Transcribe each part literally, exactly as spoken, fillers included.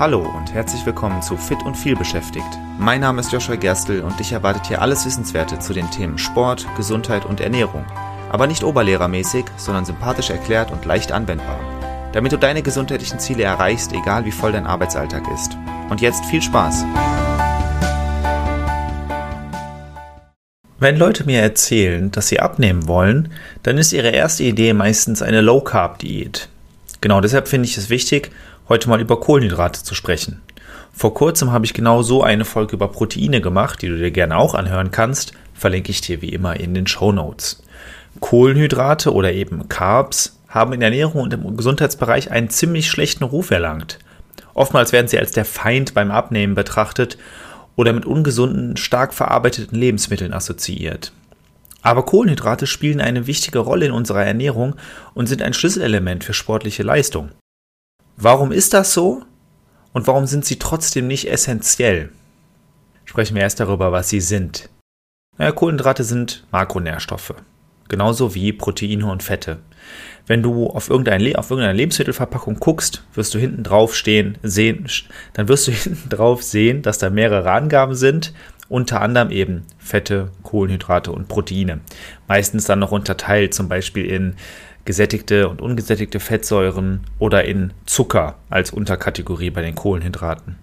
Hallo und herzlich willkommen zu Fit und viel beschäftigt. Mein Name ist Joshua Gerstl und dich erwartet hier alles Wissenswerte zu den Themen Sport, Gesundheit und Ernährung. Aber nicht oberlehrermäßig, sondern sympathisch erklärt und leicht anwendbar. Damit du deine gesundheitlichen Ziele erreichst, egal wie voll dein Arbeitsalltag ist. Und jetzt viel Spaß! Wenn Leute mir erzählen, dass sie abnehmen wollen, dann ist ihre erste Idee meistens eine Low-Carb-Diät. Genau deshalb finde ich es wichtig, heute mal über Kohlenhydrate zu sprechen. Vor kurzem habe ich genau so eine Folge über Proteine gemacht, die du dir gerne auch anhören kannst, verlinke ich dir wie immer in den Shownotes. Kohlenhydrate oder eben Carbs haben in der Ernährung und im Gesundheitsbereich einen ziemlich schlechten Ruf erlangt. Oftmals werden sie als der Feind beim Abnehmen betrachtet oder mit ungesunden, stark verarbeiteten Lebensmitteln assoziiert. Aber Kohlenhydrate spielen eine wichtige Rolle in unserer Ernährung und sind ein Schlüsselelement für sportliche Leistung. Warum ist das so? Und warum sind sie trotzdem nicht essentiell? Sprechen wir erst darüber, was sie sind. Naja, Kohlenhydrate sind Makronährstoffe, genauso wie Proteine und Fette. Wenn du auf irgendeine, auf irgendeine Lebensmittelverpackung guckst, wirst du hinten drauf stehen, sehen, dann wirst du hinten drauf sehen, dass da mehrere Angaben sind, unter anderem eben Fette, Kohlenhydrate und Proteine. Meistens dann noch unterteilt, zum Beispiel in gesättigte und ungesättigte Fettsäuren oder in Zucker als Unterkategorie bei den Kohlenhydraten.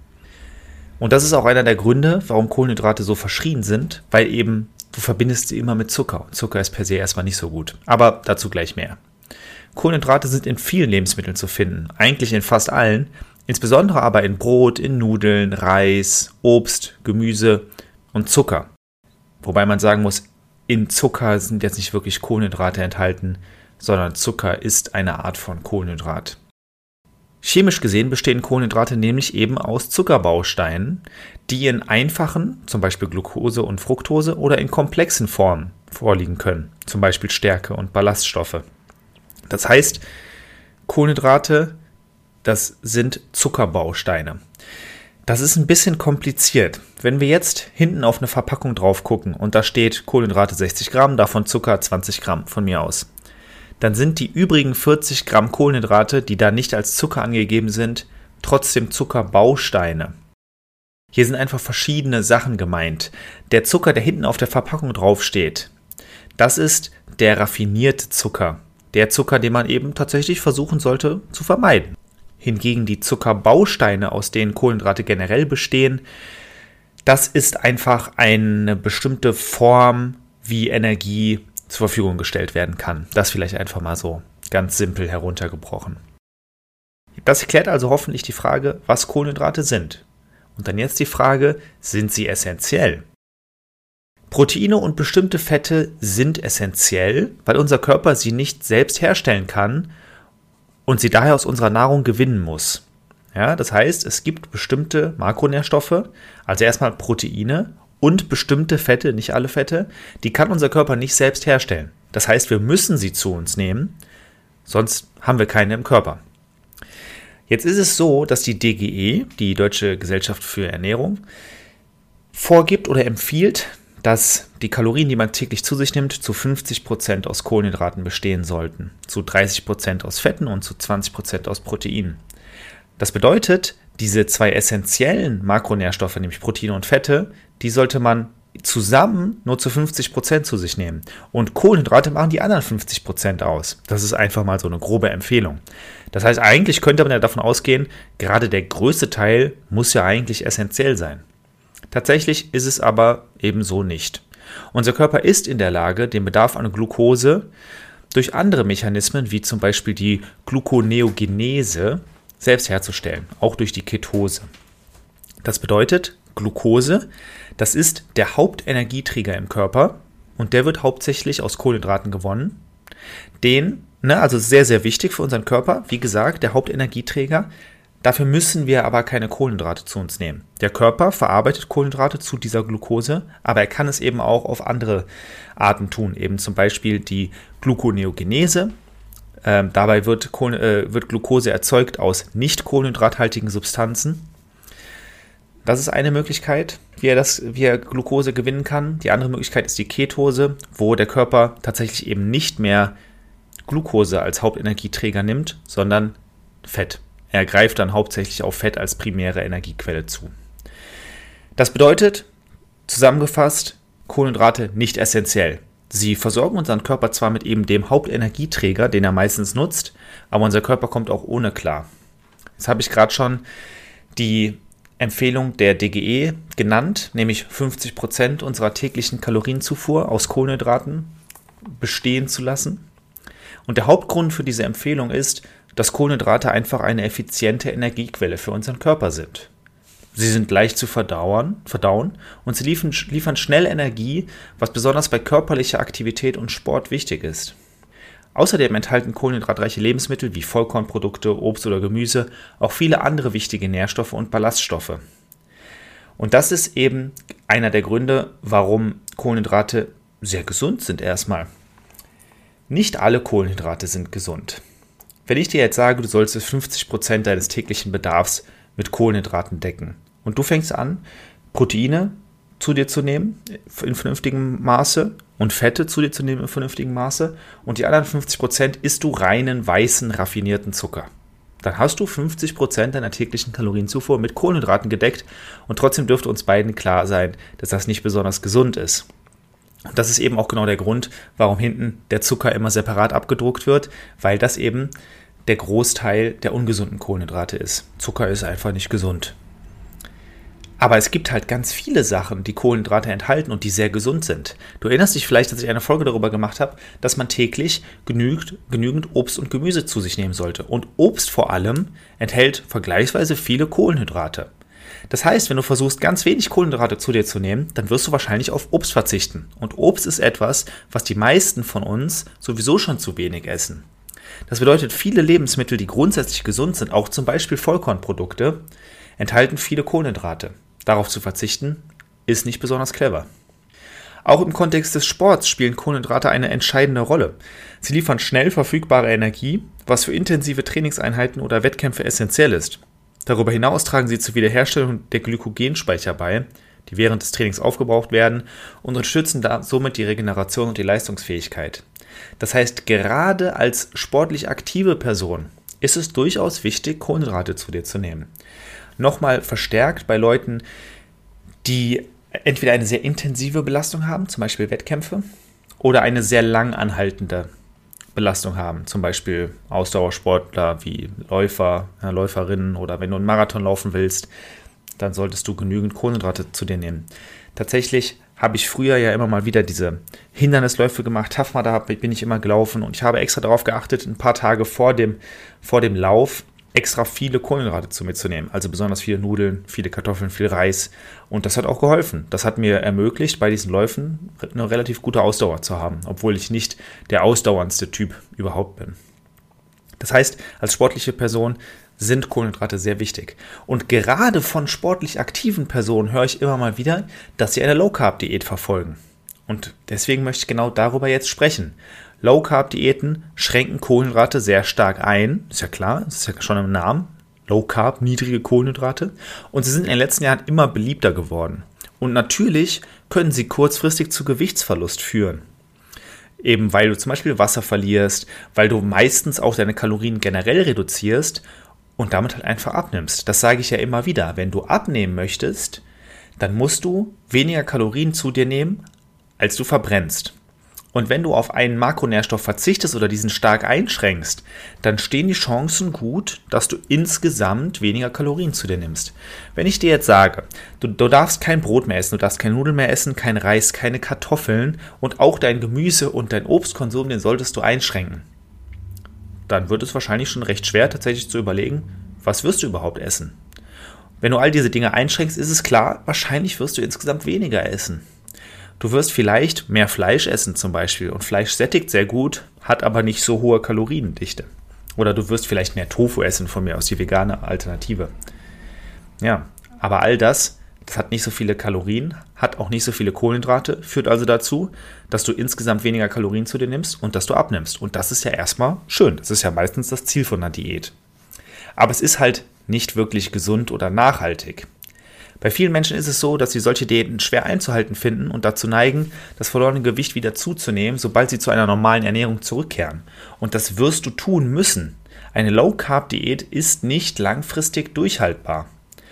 Und das ist auch einer der Gründe, warum Kohlenhydrate so verschrien sind, weil eben du verbindest sie immer mit Zucker. Zucker ist per se erstmal nicht so gut, aber dazu gleich mehr. Kohlenhydrate sind in vielen Lebensmitteln zu finden, eigentlich in fast allen, insbesondere aber in Brot, in Nudeln, Reis, Obst, Gemüse und Zucker. Wobei man sagen muss, in Zucker sind jetzt nicht wirklich Kohlenhydrate enthalten, sondern Zucker ist eine Art von Kohlenhydrat. Chemisch gesehen bestehen Kohlenhydrate nämlich eben aus Zuckerbausteinen, die in einfachen, zum Beispiel Glucose und Fructose, oder in komplexen Formen vorliegen können, zum Beispiel Stärke und Ballaststoffe. Das heißt, Kohlenhydrate, das sind Zuckerbausteine. Das ist ein bisschen kompliziert. Wenn wir jetzt hinten auf eine Verpackung drauf gucken und da steht Kohlenhydrate sechzig Gramm, davon Zucker zwanzig Gramm von mir aus, dann sind die übrigen vierzig Gramm Kohlenhydrate, die da nicht als Zucker angegeben sind, trotzdem Zuckerbausteine. Hier sind einfach verschiedene Sachen gemeint. Der Zucker, der hinten auf der Verpackung drauf steht, das ist der raffinierte Zucker. Der Zucker, den man eben tatsächlich versuchen sollte zu vermeiden. Hingegen die Zuckerbausteine, aus denen Kohlenhydrate generell bestehen, das ist einfach eine bestimmte Form, wie Energie zur Verfügung gestellt werden kann. Das vielleicht einfach mal so ganz simpel heruntergebrochen. Das erklärt also hoffentlich die Frage, was Kohlenhydrate sind. Und dann jetzt die Frage, sind sie essentiell? Proteine und bestimmte Fette sind essentiell, weil unser Körper sie nicht selbst herstellen kann und sie daher aus unserer Nahrung gewinnen muss. Ja, das heißt, es gibt bestimmte Makronährstoffe, also erstmal Proteine und bestimmte Fette, nicht alle Fette, die kann unser Körper nicht selbst herstellen. Das heißt, wir müssen sie zu uns nehmen, sonst haben wir keine im Körper. Jetzt ist es so, dass die D G E, die Deutsche Gesellschaft für Ernährung, vorgibt oder empfiehlt, dass die Kalorien, die man täglich zu sich nimmt, zu fünfzig Prozent aus Kohlenhydraten bestehen sollten, zu dreißig Prozent aus Fetten und zu zwanzig Prozent aus Proteinen. Das bedeutet, diese zwei essentiellen Makronährstoffe, nämlich Proteine und Fette, die sollte man zusammen nur zu fünfzig Prozent zu sich nehmen. Und Kohlenhydrate machen die anderen fünfzig Prozent aus. Das ist einfach mal so eine grobe Empfehlung. Das heißt, eigentlich könnte man ja davon ausgehen, gerade der größte Teil muss ja eigentlich essentiell sein. Tatsächlich ist es aber ebenso nicht. Unser Körper ist in der Lage, den Bedarf an Glucose durch andere Mechanismen, wie zum Beispiel die Gluconeogenese, selbst herzustellen, auch durch die Ketose. Das bedeutet, Glucose, das ist der Hauptenergieträger im Körper und der wird hauptsächlich aus Kohlenhydraten gewonnen. Den, ne, also sehr, sehr wichtig für unseren Körper, wie gesagt, der Hauptenergieträger. Dafür müssen wir aber keine Kohlenhydrate zu uns nehmen. Der Körper verarbeitet Kohlenhydrate zu dieser Glucose, aber er kann es eben auch auf andere Arten tun, eben zum Beispiel die Gluconeogenese. Ähm, dabei wird, Kohlen, äh, wird Glucose erzeugt aus nicht kohlenhydrathaltigen Substanzen. Das ist eine Möglichkeit, wie er, das, wie er Glucose gewinnen kann. Die andere Möglichkeit ist die Ketose, wo der Körper tatsächlich eben nicht mehr Glucose als Hauptenergieträger nimmt, sondern Fett. Er greift dann hauptsächlich auf Fett als primäre Energiequelle zu. Das bedeutet, zusammengefasst, Kohlenhydrate nicht essentiell. Sie versorgen unseren Körper zwar mit eben dem Hauptenergieträger, den er meistens nutzt, aber unser Körper kommt auch ohne klar. Jetzt habe ich gerade schon die Empfehlung der D G E genannt, nämlich fünfzig Prozent unserer täglichen Kalorienzufuhr aus Kohlenhydraten bestehen zu lassen. Und der Hauptgrund für diese Empfehlung ist, dass Kohlenhydrate einfach eine effiziente Energiequelle für unseren Körper sind. Sie sind leicht zu verdauen, verdauen und sie liefern, liefern schnell Energie, was besonders bei körperlicher Aktivität und Sport wichtig ist. Außerdem enthalten kohlenhydratreiche Lebensmittel wie Vollkornprodukte, Obst oder Gemüse auch viele andere wichtige Nährstoffe und Ballaststoffe. Und das ist eben einer der Gründe, warum Kohlenhydrate sehr gesund sind erstmal. Nicht alle Kohlenhydrate sind gesund. Wenn ich dir jetzt sage, du solltest fünfzig Prozent deines täglichen Bedarfs mit Kohlenhydraten decken und du fängst an, Proteine zu dir zu nehmen in vernünftigem Maße und Fette zu dir zu nehmen in vernünftigem Maße und die anderen fünfzig Prozent isst du reinen, weißen, raffinierten Zucker. Dann hast du fünfzig Prozent deiner täglichen Kalorienzufuhr mit Kohlenhydraten gedeckt und trotzdem dürfte uns beiden klar sein, dass das nicht besonders gesund ist. Und das ist eben auch genau der Grund, warum hinten der Zucker immer separat abgedruckt wird, weil das eben der Großteil der ungesunden Kohlenhydrate ist. Zucker ist einfach nicht gesund. Aber es gibt halt ganz viele Sachen, die Kohlenhydrate enthalten und die sehr gesund sind. Du erinnerst dich vielleicht, dass ich eine Folge darüber gemacht habe, dass man täglich genügend, genügend Obst und Gemüse zu sich nehmen sollte. Und Obst vor allem enthält vergleichsweise viele Kohlenhydrate. Das heißt, wenn du versuchst, ganz wenig Kohlenhydrate zu dir zu nehmen, dann wirst du wahrscheinlich auf Obst verzichten. Und Obst ist etwas, was die meisten von uns sowieso schon zu wenig essen. Das bedeutet, viele Lebensmittel, die grundsätzlich gesund sind, auch zum Beispiel Vollkornprodukte, enthalten viele Kohlenhydrate. Darauf zu verzichten, ist nicht besonders clever. Auch im Kontext des Sports spielen Kohlenhydrate eine entscheidende Rolle. Sie liefern schnell verfügbare Energie, was für intensive Trainingseinheiten oder Wettkämpfe essentiell ist. Darüber hinaus tragen sie zur Wiederherstellung der Glykogenspeicher bei, die während des Trainings aufgebraucht werden und unterstützen da somit die Regeneration und die Leistungsfähigkeit. Das heißt, gerade als sportlich aktive Person ist es durchaus wichtig, Kohlenhydrate zu dir zu nehmen. Nochmal verstärkt bei Leuten, die entweder eine sehr intensive Belastung haben, zum Beispiel Wettkämpfe, oder eine sehr lang anhaltende Belastung haben, zum Beispiel Ausdauersportler wie Läufer, ja, Läuferinnen oder wenn du einen Marathon laufen willst, dann solltest du genügend Kohlenhydrate zu dir nehmen. Tatsächlich habe ich früher ja immer mal wieder diese Hindernisläufe gemacht, Tough Mudder bin ich immer gelaufen und ich habe extra darauf geachtet, ein paar Tage vor dem, vor dem Lauf extra viele Kohlenhydrate zu mir zu nehmen. Also besonders viele Nudeln, viele Kartoffeln, viel Reis. Und das hat auch geholfen. Das hat mir ermöglicht, bei diesen Läufen eine relativ gute Ausdauer zu haben, obwohl ich nicht der ausdauerndste Typ überhaupt bin. Das heißt, als sportliche Person sind Kohlenhydrate sehr wichtig. Und gerade von sportlich aktiven Personen höre ich immer mal wieder, dass sie eine Low-Carb-Diät verfolgen. Und deswegen möchte ich genau darüber jetzt sprechen. Low-Carb-Diäten schränken Kohlenhydrate sehr stark ein. Ist ja klar, das ist ja schon im Namen. Low-Carb, niedrige Kohlenhydrate. Und sie sind in den letzten Jahren immer beliebter geworden. Und natürlich können sie kurzfristig zu Gewichtsverlust führen. Eben weil du zum Beispiel Wasser verlierst, weil du meistens auch deine Kalorien generell reduzierst und damit halt einfach abnimmst. Das sage ich ja immer wieder. Wenn du abnehmen möchtest, dann musst du weniger Kalorien zu dir nehmen, als du verbrennst. Und wenn du auf einen Makronährstoff verzichtest oder diesen stark einschränkst, dann stehen die Chancen gut, dass du insgesamt weniger Kalorien zu dir nimmst. Wenn ich dir jetzt sage, du, du darfst kein Brot mehr essen, du darfst keine Nudeln mehr essen, kein Reis, keine Kartoffeln und auch dein Gemüse und dein Obstkonsum, den solltest du einschränken, dann wird es wahrscheinlich schon recht schwer, tatsächlich zu überlegen, was wirst du überhaupt essen. Wenn du all diese Dinge einschränkst, ist es klar, wahrscheinlich wirst du insgesamt weniger essen. Du wirst vielleicht mehr Fleisch essen zum Beispiel und Fleisch sättigt sehr gut, hat aber nicht so hohe Kaloriendichte. Oder du wirst vielleicht mehr Tofu essen, von mir aus die vegane Alternative. Ja, aber all das, das hat nicht so viele Kalorien, hat auch nicht so viele Kohlenhydrate, führt also dazu, dass du insgesamt weniger Kalorien zu dir nimmst und dass du abnimmst. Und das ist ja erstmal schön, das ist ja meistens das Ziel von einer Diät. Aber es ist halt nicht wirklich gesund oder nachhaltig. Bei vielen Menschen ist es so, dass sie solche Diäten schwer einzuhalten finden und dazu neigen, das verlorene Gewicht wieder zuzunehmen, sobald sie zu einer normalen Ernährung zurückkehren. Und das wirst du tun müssen. Eine Low-Carb-Diät ist nicht langfristig durchhaltbar,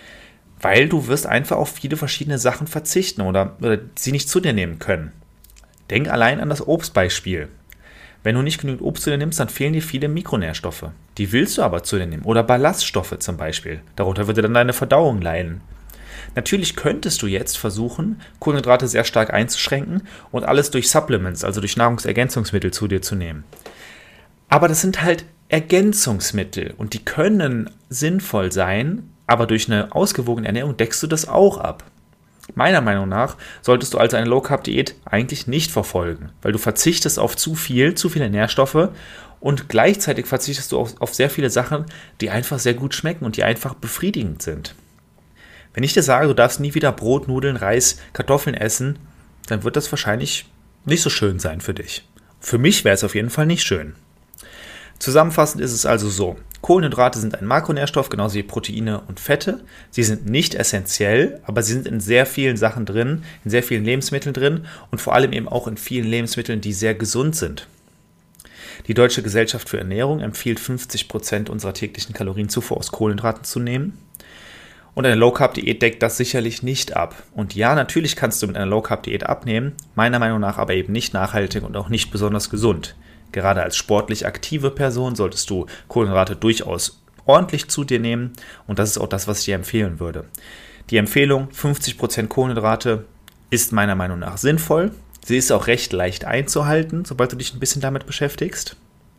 weil du wirst einfach auf viele verschiedene Sachen verzichten oder, oder sie nicht zu dir nehmen können. Denk allein an das Obstbeispiel. Wenn du nicht genügend Obst zu dir nimmst, dann fehlen dir viele Mikronährstoffe. Die willst du aber zu dir nehmen. Oder Ballaststoffe zum Beispiel. Darunter würde dann deine Verdauung leiden. Natürlich könntest du jetzt versuchen, Kohlenhydrate sehr stark einzuschränken und alles durch Supplements, also durch Nahrungsergänzungsmittel zu dir zu nehmen. Aber das sind halt Ergänzungsmittel und die können sinnvoll sein, aber durch eine ausgewogene Ernährung deckst du das auch ab. Meiner Meinung nach solltest du also eine Low-Carb-Diät eigentlich nicht verfolgen, weil du verzichtest auf zu viel, zu viele Nährstoffe und gleichzeitig verzichtest du auf, auf sehr viele Sachen, die einfach sehr gut schmecken und die einfach befriedigend sind. Wenn ich dir sage, du darfst nie wieder Brot, Nudeln, Reis, Kartoffeln essen, dann wird das wahrscheinlich nicht so schön sein für dich. Für mich wäre es auf jeden Fall nicht schön. Zusammenfassend ist es also so: Kohlenhydrate sind ein Makronährstoff, genauso wie Proteine und Fette. Sie sind nicht essentiell, aber sie sind in sehr vielen Sachen drin, in sehr vielen Lebensmitteln drin und vor allem eben auch in vielen Lebensmitteln, die sehr gesund sind. Die Deutsche Gesellschaft für Ernährung empfiehlt, fünfzig Prozent unserer täglichen Kalorienzufuhr aus Kohlenhydraten zu nehmen. Und eine Low-Carb-Diät deckt das sicherlich nicht ab. Und ja, natürlich kannst du mit einer Low-Carb-Diät abnehmen, meiner Meinung nach aber eben nicht nachhaltig und auch nicht besonders gesund. Gerade als sportlich aktive Person solltest du Kohlenhydrate durchaus ordentlich zu dir nehmen und das ist auch das, was ich dir empfehlen würde. Die Empfehlung fünfzig Prozent Kohlenhydrate ist meiner Meinung nach sinnvoll. Sie ist auch recht leicht einzuhalten, sobald du dich ein bisschen damit beschäftigst.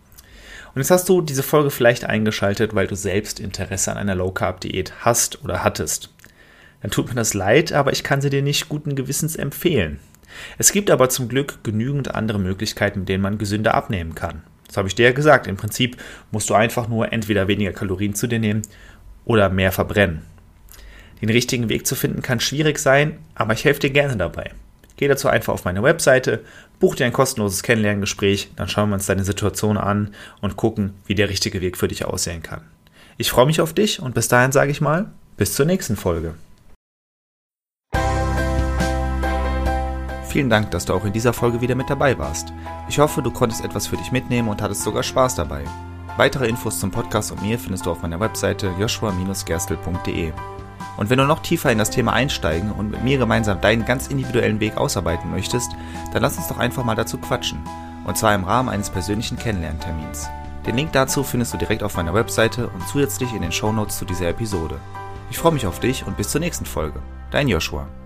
Und jetzt hast du diese Folge vielleicht eingeschaltet, weil du selbst Interesse an einer Low-Carb-Diät hast oder hattest. Dann tut mir das leid, aber ich kann sie dir nicht guten Gewissens empfehlen. Es gibt aber zum Glück genügend andere Möglichkeiten, mit denen man gesünder abnehmen kann. Das habe ich dir ja gesagt. Im Prinzip musst du einfach nur entweder weniger Kalorien zu dir nehmen oder mehr verbrennen. Den richtigen Weg zu finden kann schwierig sein, aber ich helfe dir gerne dabei. Geh dazu einfach auf meine Webseite, buch dir ein kostenloses Kennenlerngespräch, dann schauen wir uns deine Situation an und gucken, wie der richtige Weg für dich aussehen kann. Ich freue mich auf dich und bis dahin sage ich mal, bis zur nächsten Folge. Vielen Dank, dass du auch in dieser Folge wieder mit dabei warst. Ich hoffe, du konntest etwas für dich mitnehmen und hattest sogar Spaß dabei. Weitere Infos zum Podcast und mir findest du auf meiner Webseite joshua dash gerstl punkt de. Und wenn du noch tiefer in das Thema einsteigen und mit mir gemeinsam deinen ganz individuellen Weg ausarbeiten möchtest, dann lass uns doch einfach mal dazu quatschen. Und zwar im Rahmen eines persönlichen Kennenlerntermins. Den Link dazu findest du direkt auf meiner Webseite und zusätzlich in den Shownotes zu dieser Episode. Ich freue mich auf dich und bis zur nächsten Folge. Dein Joshua.